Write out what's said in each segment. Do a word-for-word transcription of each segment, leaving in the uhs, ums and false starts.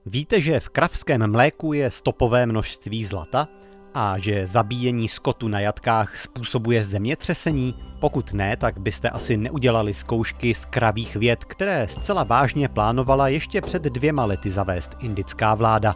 Víte, že v kravském mléku je stopové množství zlata? A že zabíjení skotu na jatkách způsobuje zemětřesení? Pokud ne, tak byste asi neudělali zkoušky z kravích věd, které zcela vážně plánovala ještě před dvěma lety zavést indická vláda.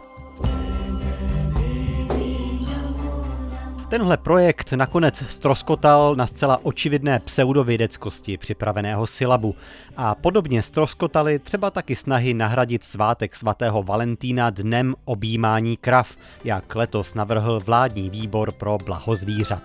Tenhle projekt nakonec ztroskotal na zcela očividné pseudovědeckosti připraveného syllabu a podobně ztroskotaly třeba taky snahy nahradit svátek svatého Valentína dnem objímání krav, jak letos navrhl vládní výbor pro blaho zvířat.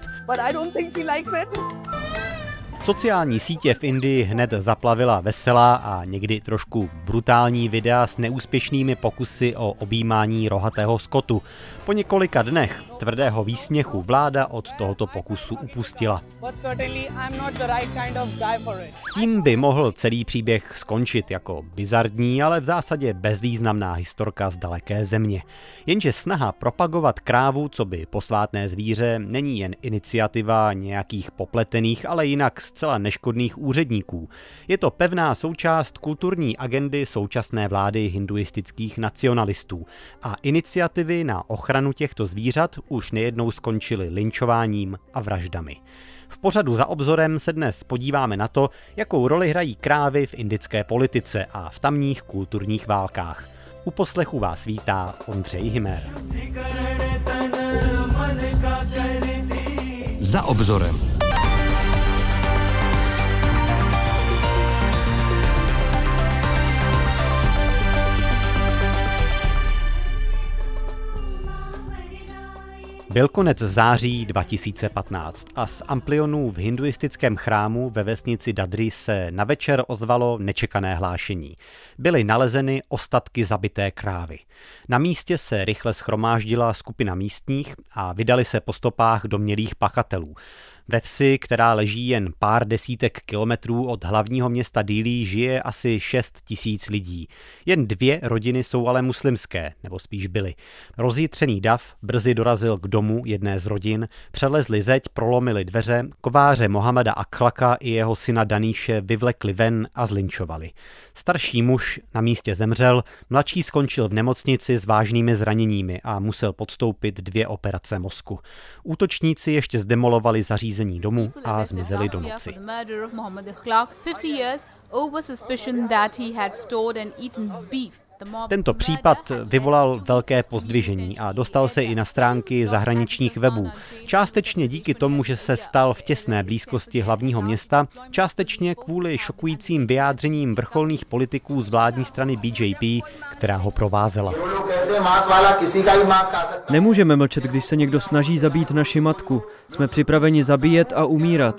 Sociální sítě v Indii hned zaplavila veselá a někdy trošku brutální videa s neúspěšnými pokusy o objímání rohatého skotu. Po několika dnech tvrdého výsměchu vláda od tohoto pokusu upustila. Tím by mohl celý příběh skončit jako bizardní, ale v zásadě bezvýznamná historka z daleké země. Jenže snaha propagovat krávu coby posvátné zvíře není jen iniciativa nějakých popletených, ale jinak zcela neškodných úředníků. Je to pevná součást kulturní agendy současné vlády hinduistických nacionalistů a iniciativy na ochranu těchto zvířat už nejednou skončily lynčováním a vraždami. V pořadu Za obzorem se dnes podíváme na to, jakou roli hrají krávy v indické politice a v tamních kulturních válkách. U poslechu vás vítá Ondřej Himer. Za obzorem. Byl konec září dva tisíce patnáct a z amplionů v hinduistickém chrámu ve vesnici Dadri se na večer ozvalo nečekané hlášení. Byly nalezeny ostatky zabité krávy. Na místě se rychle shromáždila skupina místních a vydali se po stopách domnělých pachatelů. Ve vsi, která leží jen pár desítek kilometrů od hlavního města Dillí, žije asi šest tisíc lidí. Jen dvě rodiny jsou ale muslimské, nebo spíš byly. Rozjitřený dav brzy dorazil k domu jedné z rodin, přelezli zeď, prolomili dveře, kováře Mohameda Akhlaka i jeho syna Daníše vyvlekli ven a zlynčovali. Starší muž na místě zemřel, mladší skončil v nemocnici s vážnými zraněními a musel podstoupit dvě operace mozku. Útočníci ještě zdemolovali zařízení domu a zmizeli do noci. Tento případ vyvolal velké pozdvižení a dostal se i na stránky zahraničních webů. Částečně díky tomu, že se stal v těsné blízkosti hlavního města, částečně kvůli šokujícím vyjádřením vrcholných politiků z vládní strany B J P, která ho provázela. Nemůžeme mlčet, když se někdo snaží zabít naši matku. Jsme připraveni zabíjet a umírat.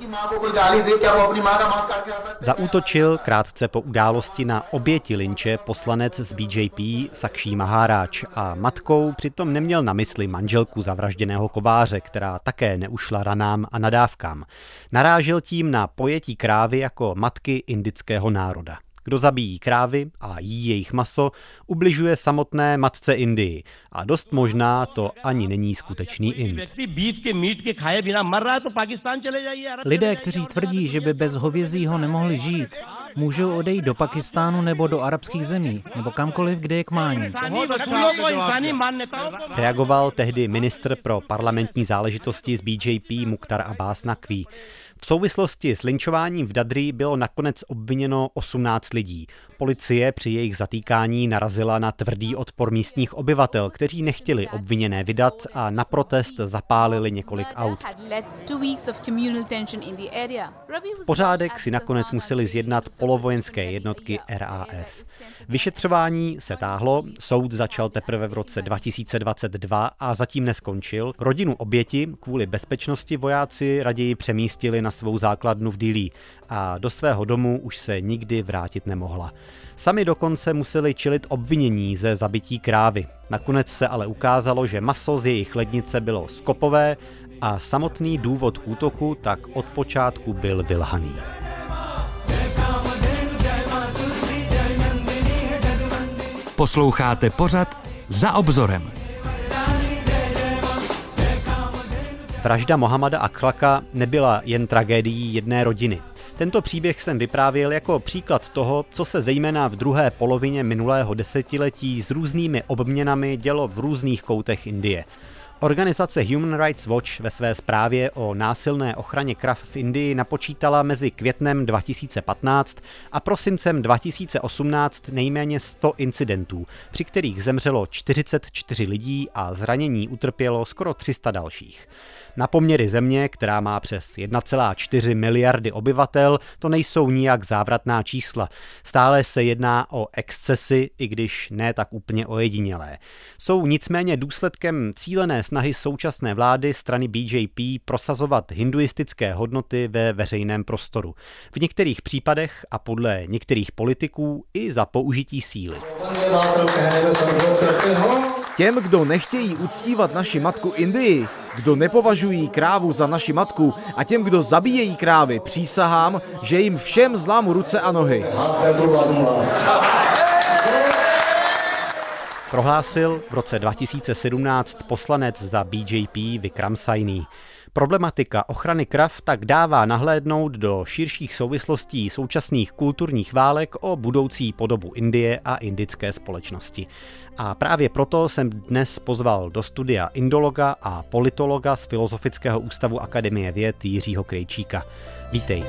Zaútočil krátce po události na oběti lynče poslanec z B J P Sakshi Maharaj a matkou přitom neměl na mysli manželku zavražděného kováře, která také neušla ranám a nadávkám. Narážel tím na pojetí krávy jako matky indického národa. Kdo zabíjí krávy a jí jejich maso, ubližuje samotné matce Indii. A dost možná to ani není skutečný Ind. Lidé, kteří tvrdí, že by bez hovězího nemohli žít, můžou odejít do Pakistánu nebo do arabských zemí, nebo kamkoliv, kde je k mání. Reagoval tehdy ministr pro parlamentní záležitosti z B J P Mukhtar Abbas Naqvi. V souvislosti s lynčováním v Dadri bylo nakonec obviněno osmnáct lidí. Policie při jejich zatýkání narazila na tvrdý odpor místních obyvatel, kteří nechtěli obviněné vydat a na protest zapálili několik aut. Pořádek si nakonec museli zjednat polovojenské jednotky R A F. Vyšetřování se táhlo, soud začal teprve v roce dva tisíce dvacet dva a zatím neskončil. Rodinu oběti kvůli bezpečnosti vojáci raději přemístili na svou základnu v Dillí a do svého domu už se nikdy vrátit nemohla. Sami dokonce museli čelit obvinění ze zabití krávy. Nakonec se ale ukázalo, že maso z jejich lednice bylo skopové a samotný důvod k útoku tak od počátku byl vylhaný. Posloucháte pořad Za obzorem. Vražda Mohameda Akhlaka nebyla jen tragédií jedné rodiny. Tento příběh jsem vyprávěl jako příklad toho, co se zejména v druhé polovině minulého desetiletí s různými obměnami dělo v různých koutech Indie. Organizace Human Rights Watch ve své zprávě o násilné ochraně krav v Indii napočítala mezi květnem dva tisíce patnáct a prosincem dva tisíce osmnáct nejméně sto incidentů, při kterých zemřelo čtyřicet čtyři lidí a zranění utrpělo skoro tři sta dalších. Na poměry země, která má přes jedna celá čtyři miliardy obyvatel, to nejsou nijak závratná čísla. Stále se jedná o excesy, i když ne tak úplně ojedinělé. Jsou nicméně důsledkem cílené snahy současné vlády strany B J P prosazovat hinduistické hodnoty ve veřejném prostoru. V některých případech a podle některých politiků i za použití síly. Těm, kdo nechtějí uctívat naši matku Indii, kdo nepovažují krávu za naši matku a těm, kdo zabíjejí krávy, přísahám, že jim všem zlámu ruce a nohy. Prohlásil v roce dva tisíce sedmnáct poslanec za B J P Vikram Saini. Problematika ochrany krav tak dává nahlédnout do širších souvislostí současných kulturních válek o budoucí podobu Indie a indické společnosti. A právě proto jsem dnes pozval do studia indologa a politologa z Filozofického ústavu Akademie věd Jiřího Krejčíka. Vítej.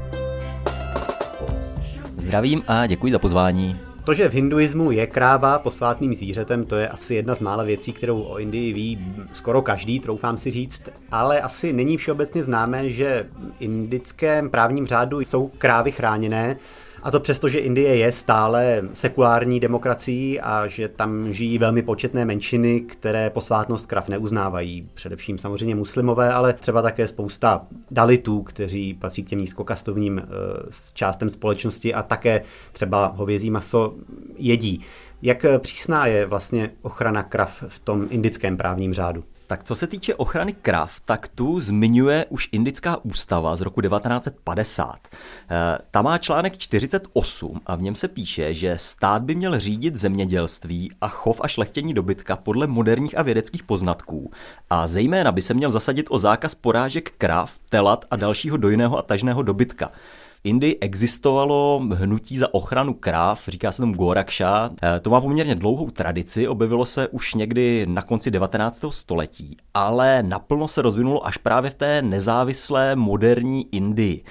Zdravím a děkuji za pozvání. To, že v hinduismu je kráva posvátným zvířetem, to je asi jedna z mála věcí, kterou o Indii ví skoro každý, troufám si říct, ale asi není všeobecně známé, že v indickém právním řádu jsou krávy chráněné, a to přesto, že Indie je stále sekulární demokracií a že tam žijí velmi početné menšiny, které posvátnost krav neuznávají. Především samozřejmě muslimové, ale třeba také spousta dalitů, kteří patří k těm nízkokastovním e, částem společnosti a také třeba hovězí maso jedí. Jak přísná je vlastně ochrana krav v tom indickém právním řádu? Tak co se týče ochrany krav, tak tu zmiňuje už indická ústava z roku devatenáct set padesát. Ta má článek čtyřicet osm a v něm se píše, že stát by měl řídit zemědělství a chov a šlechtění dobytka podle moderních a vědeckých poznatků a zejména by se měl zasadit o zákaz porážek krav, telat a dalšího dojného a tažného dobytka. V Indii existovalo hnutí za ochranu kráv, říká se tomu Goraksha. To má poměrně dlouhou tradici, objevilo se už někdy na konci devatenáctého století, ale naplno se rozvinulo až právě v té nezávislé moderní Indii.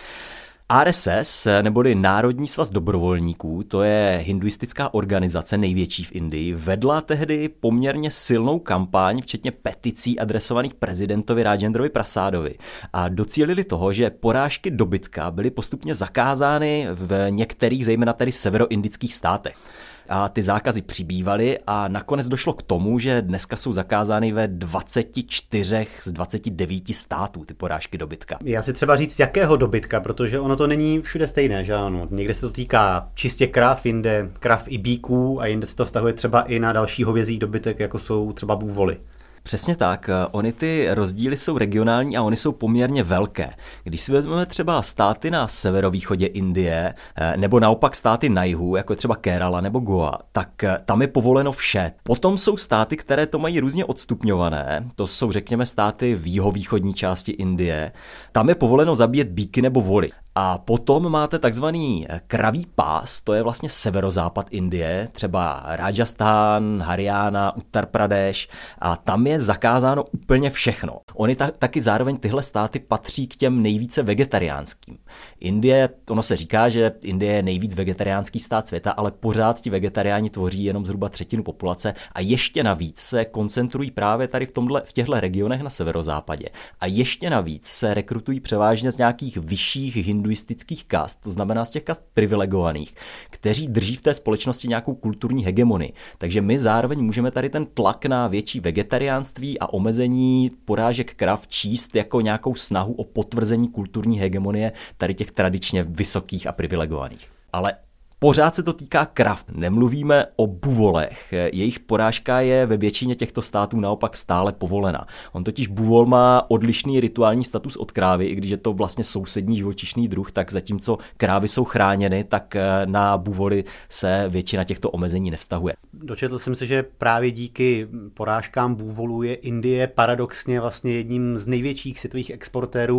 R S S, neboli Národní svaz dobrovolníků, to je hinduistická organizace největší v Indii, vedla tehdy poměrně silnou kampaň, včetně peticí adresovaných prezidentovi Rajendrovi Prasádovi a docílili toho, že porážky dobytka byly postupně zakázány v některých, zejména tedy severoindických státech. A ty zákazy přibývaly a nakonec došlo k tomu, že dneska jsou zakázány ve dvaceti čtyřech z dvaceti devíti států ty porážky dobytka. Já si třeba říct, jakého dobytka, protože ono to není všude stejné, že ano. Někde se to týká čistě krav, jinde krav i bíků a jinde se to vztahuje třeba i na další hovězí dobytek, jako jsou třeba bůvoly. Přesně tak, ony ty rozdíly jsou regionální a ony jsou poměrně velké. Když si vezmeme třeba státy na severovýchodě Indie, nebo naopak státy na jihu, jako je třeba Kerala nebo Goa, tak tam je povoleno vše. Potom jsou státy, které to mají různě odstupňované, to jsou řekněme státy v jihovýchodní části Indie, tam je povoleno zabíjet býky nebo voly. A potom máte takzvaný kraví pás, to je vlastně severozápad Indie, třeba Rajasthan, Haryana, Uttar Pradesh a tam je zakázáno úplně všechno. Ony ta, taky zároveň tyhle státy patří k těm nejvíce vegetariánským. Indie, ono se říká, že Indie je nejvíc vegetariánský stát světa, ale pořád ti vegetariáni tvoří jenom zhruba třetinu populace a ještě navíc se koncentrují právě tady v, tomhle, v těchto regionech na severozápadě. A ještě navíc se rekrutují převážně z nějakých vyšších hinduistických kast, to znamená z těch kast privilegovaných, kteří drží v té společnosti nějakou kulturní hegemonii. Takže my zároveň můžeme tady ten tlak na větší vegetariánství a omezení porážek krav číst jako nějakou snahu o potvrzení kulturní hegemonie tady těch tradičně vysokých a privilegovaných. Ale pořád se to týká krav. Nemluvíme o buvolech. Jejich porážka je ve většině těchto států naopak stále povolena. On totiž buvol má odlišný rituální status od krávy, i když je to vlastně sousední živočišný druh, tak zatímco krávy jsou chráněny, tak na buvoly se většina těchto omezení nevztahuje. Dočetl jsem se, že právě díky porážkám bůvolů je Indie paradoxně vlastně jedním z největších světových exportérů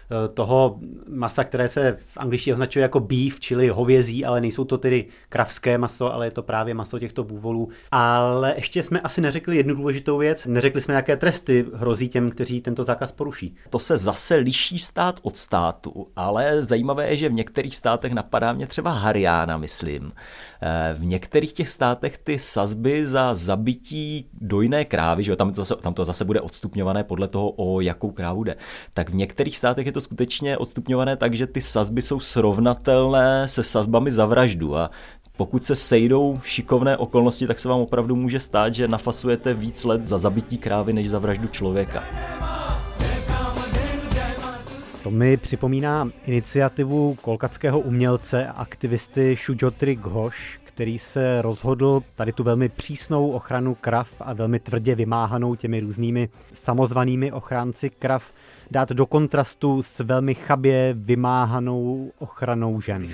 toho masa, které se v angličtině označuje jako beef, čili hovězí, ale nejsou to tedy kravské maso, ale je to právě maso těchto bůvolů. Ale ještě jsme asi neřekli jednu důležitou věc, neřekli jsme, jaké tresty hrozí těm, kteří tento zákaz poruší. To se zase liší stát od státu, ale zajímavé je, že v některých státech napadá mě třeba Haryána, myslím. V některých těch státech ty sazby za zabití dojné krávy, že jo, tam, to zase, tam to zase bude odstupňované podle toho, o jakou krávu jde, tak v některých státech je to skutečně odstupňované tak, že ty sazby jsou srovnatelné se sazbami za vraždu a pokud se sejdou šikovné okolnosti, tak se vám opravdu může stát, že nafasujete víc let za zabití krávy, než za vraždu člověka. To mi připomíná iniciativu kolkatského umělce a aktivisty Sujotry Ghosh, který se rozhodl tady tu velmi přísnou ochranu krav a velmi tvrdě vymáhanou těmi různými samozvanými ochránci krav dát do kontrastu s velmi chabě vymáhanou ochranou žen.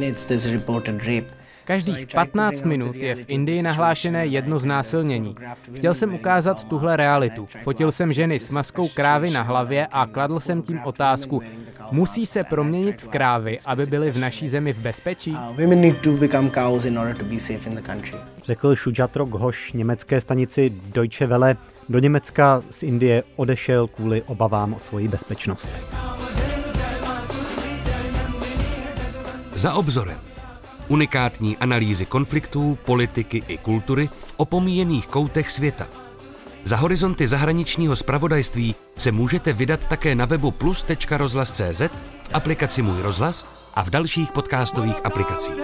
Každých patnáct minut je v Indii nahlášené jedno znásilnění. Chtěl jsem ukázat tuhle realitu. Fotil jsem ženy s maskou krávy na hlavě a kladl jsem tím otázku, musí se proměnit v krávy, aby byly v naší zemi v bezpečí? Řekl Sujatro Ghosh německé stanici Deutsche Welle. Do Německa z Indie odešel kvůli obavám o svoji bezpečnost. Za obzorem. Unikátní analýzy konfliktů, politiky i kultury v opomíjených koutech světa. Za horizonty zahraničního zpravodajství se můžete vydat také na webu plus tečka rozhlas tečka cé zet, v aplikaci Můj rozhlas a v dalších podcastových aplikacích.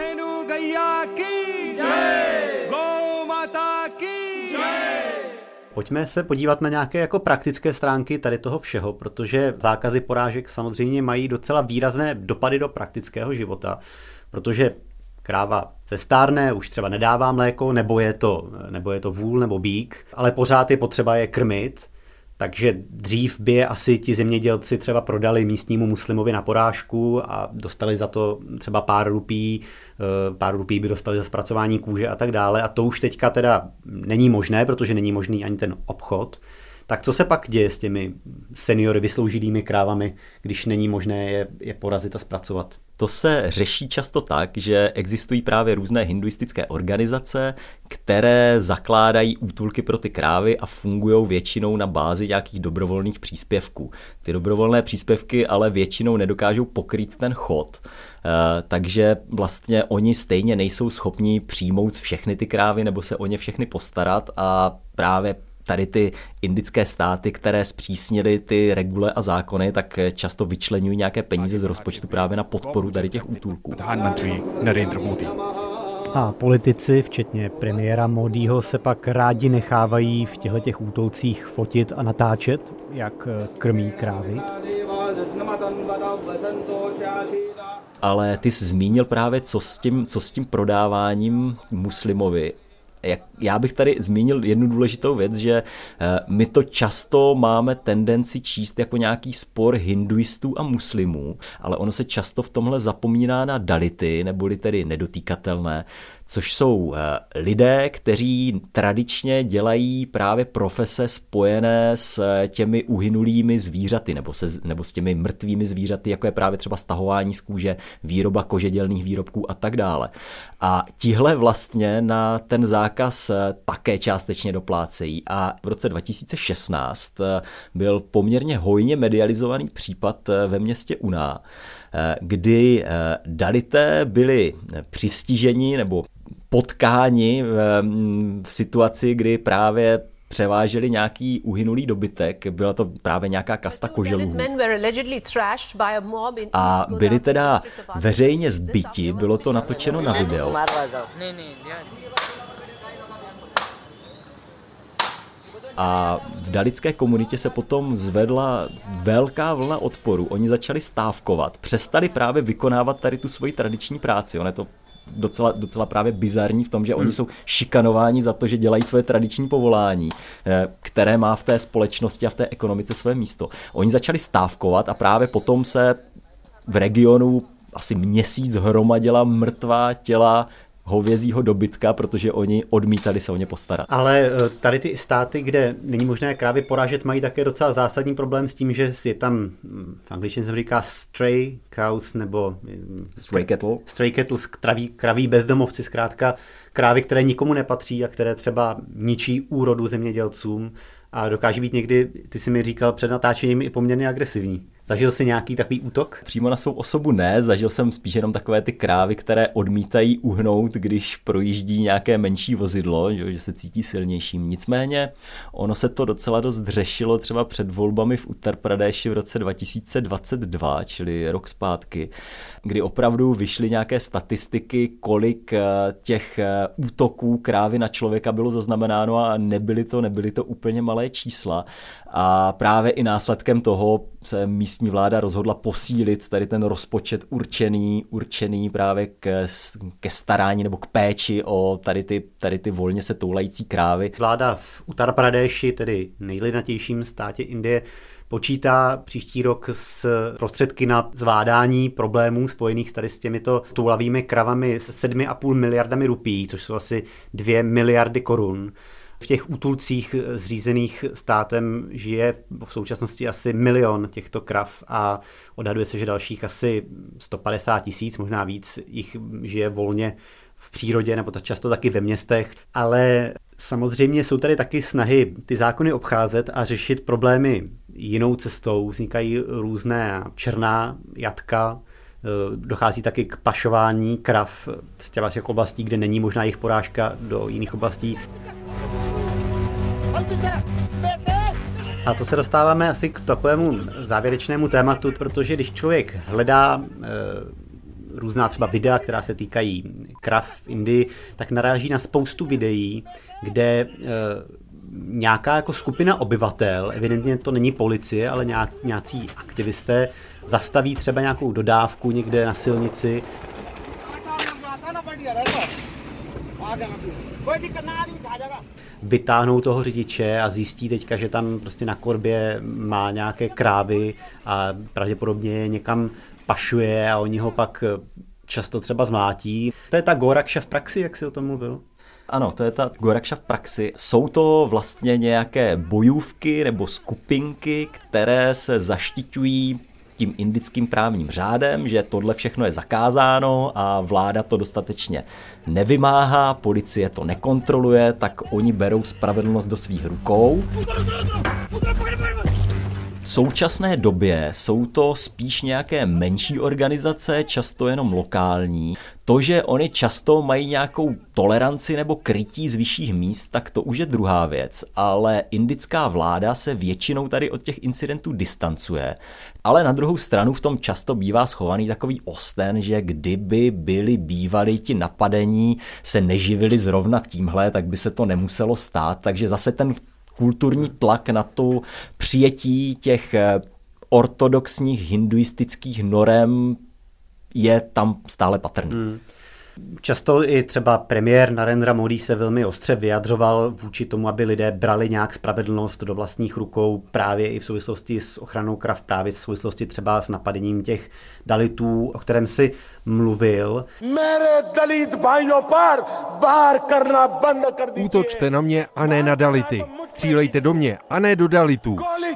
Pojďme se podívat na nějaké jako praktické stránky tady toho všeho, protože zákazy porážek samozřejmě mají docela výrazné dopady do praktického života, protože kráva se stárne, už třeba nedává mléko, nebo je to, nebo je to vůl nebo býk, ale pořád je potřeba je krmit, takže dřív by je asi ti zemědělci třeba prodali místnímu muslimovi na porážku a dostali za to třeba pár rupí, pár rupí by dostali za zpracování kůže a tak dále a to už teďka teda není možné, protože není možný ani ten obchod. Tak co se pak děje s těmi seniory vysloužilými krávami, když není možné je, je porazit a zpracovat? To se řeší často tak, že existují právě různé hinduistické organizace, které zakládají útulky pro ty krávy a fungují většinou na bázi nějakých dobrovolných příspěvků. Ty dobrovolné příspěvky ale většinou nedokážou pokrýt ten chod, takže vlastně oni stejně nejsou schopni přijmout všechny ty krávy nebo se o ně všechny postarat a právě tady ty indické státy, které zpřísnily ty regule a zákony, tak často vyčleňují nějaké peníze z rozpočtu právě na podporu tady těch útulků. A politici, včetně premiéra Módího, se pak rádi nechávají v těchto těch útulcích fotit a natáčet, jak krmí krávy. Ale ty jsi zmínil právě, co s tím, co s tím prodáváním muslimovi. Já bych tady zmínil jednu důležitou věc, že my to často máme tendenci číst jako nějaký spor hinduistů a muslimů, ale ono se často v tomhle zapomíná na dality, neboli tedy nedotýkatelné, což jsou lidé, kteří tradičně dělají právě profese spojené s těmi uhynulými zvířaty nebo, se, nebo s těmi mrtvými zvířaty, jako je právě třeba stahování z kůže, výroba kožedělných výrobků a tak dále. A tihle vlastně na ten zákaz také částečně doplácejí a v roce dva tisíce šestnáct byl poměrně hojně medializovaný případ ve městě Uná, kdy dalité byli přistiženi nebo potkáni v situaci, kdy právě převáželi nějaký uhynulý dobytek, byla to právě nějaká kasta koželů. A byli teda veřejně zbyti, bylo to natočeno na video. A v dalitské komunitě se potom zvedla velká vlna odporu. Oni začali stávkovat, přestali právě vykonávat tady tu svoji tradiční práci. Ono je to docela, docela právě bizarní v tom, že hmm. oni jsou šikanováni za to, že dělají své tradiční povolání, které má v té společnosti a v té ekonomice své místo. Oni začali stávkovat a právě potom se v regionu asi měsíc hromadila mrtvá těla hovězího dobytka, protože oni odmítali se o ně postarat. Ale tady ty státy, kde není možné krávy porážet, mají také docela zásadní problém s tím, že je tam, v angličtině se říká stray cows, nebo stray cattle, stray cattle, kraví, kraví bezdomovci, zkrátka krávy, které nikomu nepatří a které třeba ničí úrodu zemědělcům a dokáží být někdy, ty jsi mi říkal před natáčením, i poměrně agresivní. Zažil jsi nějaký takový útok? Přímo na svou osobu ne, zažil jsem spíš jenom takové ty krávy, které odmítají uhnout, když projíždí nějaké menší vozidlo, že se cítí silnějším. Nicméně ono se to docela dost řešilo třeba před volbami v Uttar Pradeši v roce dva tisíce dvacet dva, čili rok zpátky, kdy opravdu vyšly nějaké statistiky, kolik těch útoků krávy na člověka bylo zaznamenáno a nebyly to, nebyly to úplně malé čísla. A právě i následkem toho se místní vláda rozhodla posílit tady ten rozpočet určený, určený právě k, ke starání nebo k péči o tady ty, tady ty volně se toulající krávy. Vláda v Uttar Pradeši, tedy nejlidnatějším státě Indie, počítá příští rok s prostředky na zvládání problémů spojených tady s těmito toulavými kravami s sedmi a půl miliardami rupí, což jsou asi dvě miliardy korun. V těch útulcích zřízených státem žije v současnosti asi milion těchto krav a odhaduje se, že dalších asi sto padesát tisíc, možná víc, jich žije volně v přírodě nebo to často taky ve městech. Ale samozřejmě jsou tady taky snahy ty zákony obcházet a řešit problémy jinou cestou. Vznikají různé černá jatka, dochází taky k pašování krav z těch oblastí, kde není možná jejich porážka, do jiných oblastí. A to se dostáváme asi k takovému závěrečnému tématu, protože když člověk hledá e, různá třeba videa, která se týkají krav v Indii, tak naráží na spoustu videí, kde e, nějaká jako skupina obyvatel, evidentně to není policie, ale nějak, nějací aktivisté, zastaví třeba nějakou dodávku někde na silnici. Vytáhnou toho řidiče a zjistí teďka, že tam prostě na korbě má nějaké krávy a pravděpodobně je někam pašuje a oni ho pak často třeba zmlátí. To je ta Goraksha v praxi, jak jsi o tom mluvil? Ano, to je ta Goraksha v praxi. Jsou to vlastně nějaké bojůvky nebo skupinky, které se zaštiťují tím indickým právním řádem, že tohle všechno je zakázáno a vláda to dostatečně nevymáhá, policie to nekontroluje, tak oni berou spravedlnost do svých rukou. V současné době jsou to spíš nějaké menší organizace, často jenom lokální. To, že oni často mají nějakou toleranci nebo krytí z vyšších míst, tak to už je druhá věc, ale indická vláda se většinou tady od těch incidentů distancuje. Ale na druhou stranu v tom často bývá schovaný takový osten, že kdyby byli bývali ti napadení, se neživili zrovna tímhle, tak by se to nemuselo stát, takže zase ten kulturní tlak na to přijetí těch ortodoxních hinduistických norem je tam stále patrný. Hmm. Často i třeba premiér Narendra Modi se velmi ostře vyjadřoval vůči tomu, aby lidé brali nějak spravedlnost do vlastních rukou právě i v souvislosti s ochranou krav, právě v souvislosti třeba s napadením těch dalitů, o kterém si mluvil. Útočte na mě a ne na dality. Střílejte do mě a ne do dalitů.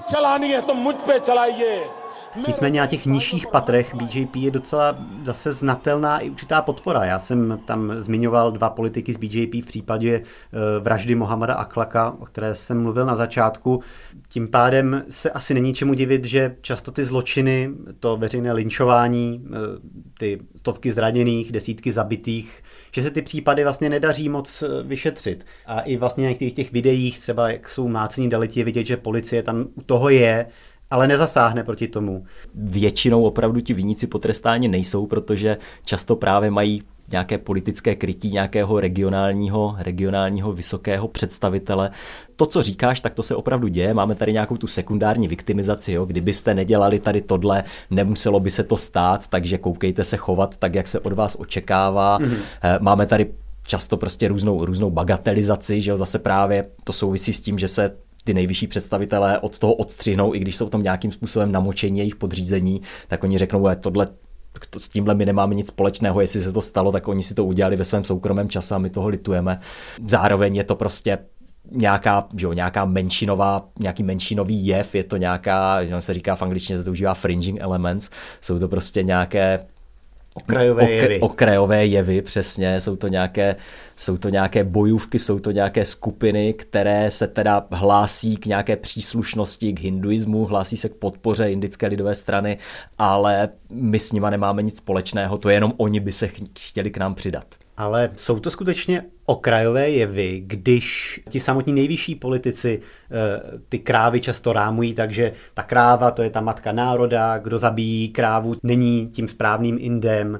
Nicméně na těch nižších patrech B J P je docela zase znatelná i určitá podpora. Já jsem tam zmiňoval dva politiky z B J P v případě vraždy Mohammada Aklaka, o které jsem mluvil na začátku. Tím pádem se asi není čemu divit, že často ty zločiny, to veřejné lynčování, ty stovky zraněných, desítky zabitých, že se ty případy vlastně nedaří moc vyšetřit. A i vlastně na některých těch videích, třeba jak jsou mlácení daliti, je vidět, že policie tam u toho je, ale nezasáhne proti tomu. Většinou opravdu ti viníci potrestáni nejsou, protože často právě mají nějaké politické krytí nějakého regionálního, regionálního vysokého představitele. To, co říkáš, tak to se opravdu děje. Máme tady nějakou tu sekundární viktimizaci. Jo? Kdybyste nedělali tady tohle, nemuselo by se to stát, takže koukejte se chovat tak, jak se od vás očekává. Mm-hmm. Máme tady často prostě různou, různou bagatelizaci, že jo? Zase právě to souvisí s tím, že se ty nejvyšší představitelé od toho odstřihnou, i když jsou v tom nějakým způsobem namočení jejich podřízení, tak oni řeknou, že tohle s tímhle my nemáme nic společného, jestli se to stalo, tak oni si to udělali ve svém soukromém čase a my toho litujeme. Zároveň je to prostě nějaká, že jo, nějaká menšinová, nějaký menšinový jev, je to nějaká, že se říká v angličtině, se to užívá fringing elements, jsou to prostě nějaké Okrajové jevy. Ok, okrajové jevy, přesně, jsou to, nějaké, jsou to nějaké bojůvky, jsou to nějaké skupiny, které se teda hlásí k nějaké příslušnosti k hinduismu, hlásí se k podpoře indické lidové strany, ale my s nima nemáme nic společného, to je jenom oni by se chtěli k nám přidat. Ale jsou to skutečně okrajové jevy, když ti samotní nejvyšší politici ty krávy často rámují, takže ta kráva, to je ta matka národa, kdo zabíjí krávu, není tím správným Indem,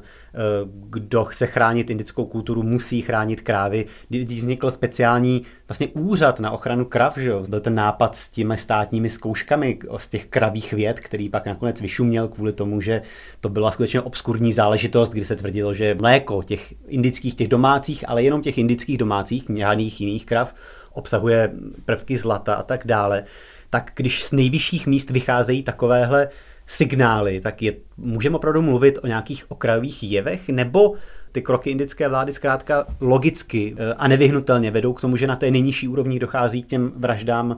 kdo chce chránit indickou kulturu, musí chránit krávy. Když vznikl speciální vlastně úřad na ochranu krav, že jo? Byl ten nápad s těmi státními zkouškami z těch kravích věd, který pak nakonec vyšuměl kvůli tomu, že to byla skutečně obskurní záležitost, kdy se tvrdilo, že mléko těch indických, těch domácích, ale jenom těch indických domácích, žádných jiných krav, obsahuje prvky zlata a tak dále. Tak když z nejvyšších míst vycházejí takovéhle signály, tak je, můžeme opravdu mluvit o nějakých okrajových jevech, nebo ty kroky indické vlády zkrátka logicky a nevyhnutelně vedou k tomu, že na té nejnižší úrovni dochází k těm vraždám,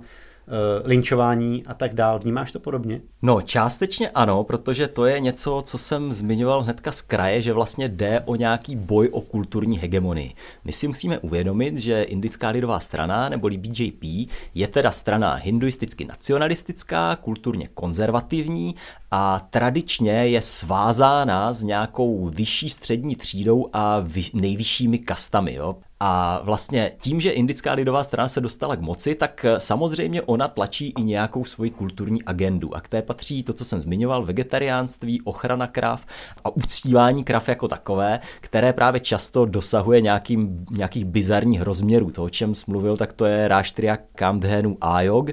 linčování a tak dál. Vnímáš to podobně? No, částečně ano, protože to je něco, co jsem zmiňoval hnedka z kraje, že vlastně jde o nějaký boj o kulturní hegemonii. My si musíme uvědomit, že Indická lidová strana, neboli B J P, je teda strana hinduisticky nacionalistická, kulturně konzervativní a tradičně je svázána s nějakou vyšší střední třídou a nejvyššími kastami. Jo? A vlastně tím, že Indická lidová strana se dostala k moci, tak samozřejmě ona tlačí i nějakou svoji kulturní agendu. A k té patří to, co jsem zmiňoval, vegetariánství, ochrana krav a uctívání krav jako takové, které právě často dosahuje nějakým, nějakých bizarních rozměrů. To, o čem jsi mluvil, tak to je Ráštria Kamdhenu Ayog,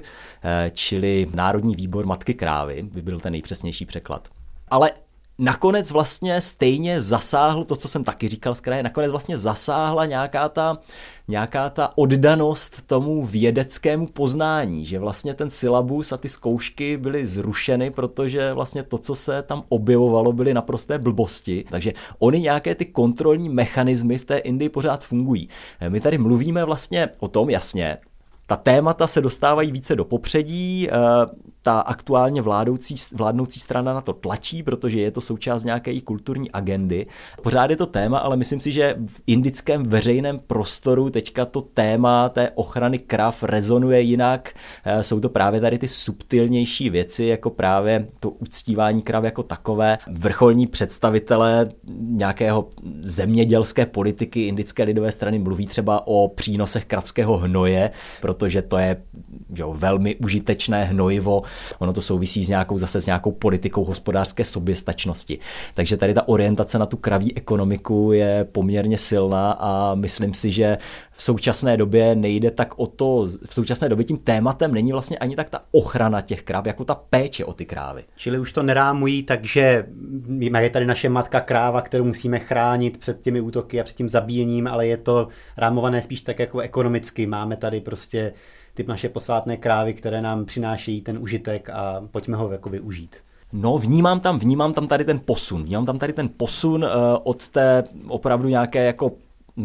čili Národní výbor matky krávy, by byl ten nejpřesnější překlad. Ale nakonec vlastně stejně zasáhl to, co jsem taky říkal z kraje, nakonec vlastně zasáhla nějaká ta, nějaká ta oddanost tomu vědeckému poznání, že vlastně ten syllabus a ty zkoušky byly zrušeny, protože vlastně to, co se tam objevovalo, byly naprosté blbosti. Takže oni nějaké ty kontrolní mechanismy v té Indii pořád fungují. My tady mluvíme vlastně o tom, jasně, ta témata se dostávají více do popředí, ta aktuálně vládoucí, vládnoucí strana na to tlačí, protože je to součást nějaké kulturní agendy. Pořád je to téma, ale myslím si, že v indickém veřejném prostoru teďka to téma té ochrany krav rezonuje jinak. Jsou to právě tady ty subtilnější věci, jako právě to uctívání krav jako takové. Vrcholní představitelé nějakého zemědělské politiky Indické lidové strany mluví třeba o přínosech kravského hnoje, protože to je jo, velmi užitečné hnojivo. Ono to souvisí s nějakou, zase s nějakou politikou hospodářské soběstačnosti. Takže tady ta orientace na tu kraví ekonomiku je poměrně silná a myslím si, že v současné době nejde tak o to, v současné době tím tématem není vlastně ani tak ta ochrana těch kráv, jako ta péče o ty krávy. Čili už to nerámují, takže je tady naše matka kráva, kterou musíme chránit před těmi útoky a před tím zabíjením, ale je to rámované spíš tak jako ekonomicky. Máme tady prostě typ naše posvátné krávy, které nám přinášejí ten užitek a pojďme ho jako využít. No, vnímám tam, vnímám tam tady ten posun. Vnímám tam tady ten posun uh, od té opravdu nějaké jako uh,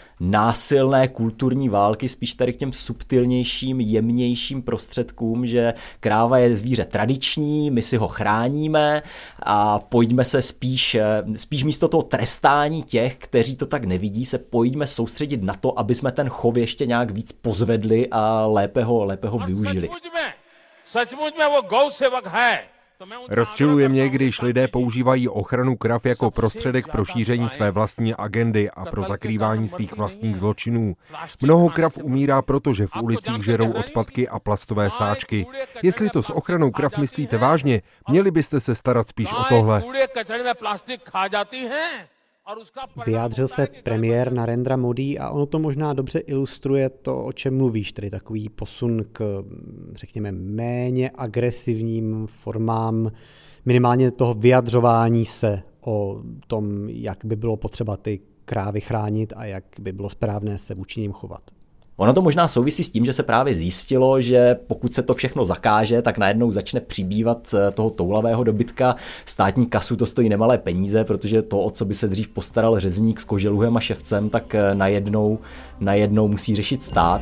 násilné kulturní války, spíš tady k těm subtilnějším, jemnějším prostředkům, že kráva je zvíře tradiční, my si ho chráníme a pojďme se spíš, spíš místo toho trestání těch, kteří to tak nevidí, se pojďme soustředit na to, aby jsme ten chov ještě nějak víc pozvedli a lépe ho, lépe ho využili. Rozčiluje mě, když lidé používají ochranu krav jako prostředek pro šíření své vlastní agendy a pro zakrývání svých vlastních zločinů. Mnoho krav umírá, protože v ulicích žerou odpadky a plastové sáčky. Jestli to s ochranou krav myslíte vážně, měli byste se starat spíš o tohle. Vyjádřil se premiér Narendra Modi a ono to možná dobře ilustruje to, o čem mluvíš, tedy takový posun k, řekněme, méně agresivním formám minimálně toho vyjadřování se o tom, jak by bylo potřeba ty krávy chránit a jak by bylo správné se vůči nim chovat. Ono to možná souvisí s tím, že se právě zjistilo, že pokud se to všechno zakáže, tak najednou začne přibývat toho toulavého dobytka. Státní kasu to stojí nemalé peníze, protože to, o co by se dřív postaral řezník s koželuhem a ševcem, tak najednou, najednou musí řešit stát.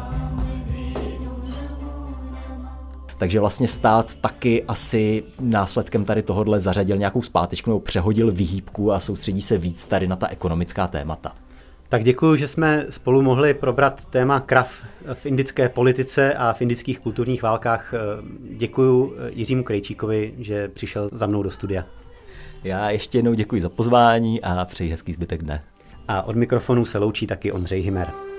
Takže vlastně stát taky asi následkem tady tohodle zařadil nějakou zpátečku nebo přehodil výhýbku a soustředí se víc tady na ta ekonomická témata. Tak děkuji, že jsme spolu mohli probrat téma krav v indické politice a v indických kulturních válkách. Děkuji Jiřímu Krejčíkovi, že přišel za mnou do studia. Já ještě jednou děkuji za pozvání a přeji hezký zbytek dne. A od mikrofonu se loučí taky Ondřej Hymer.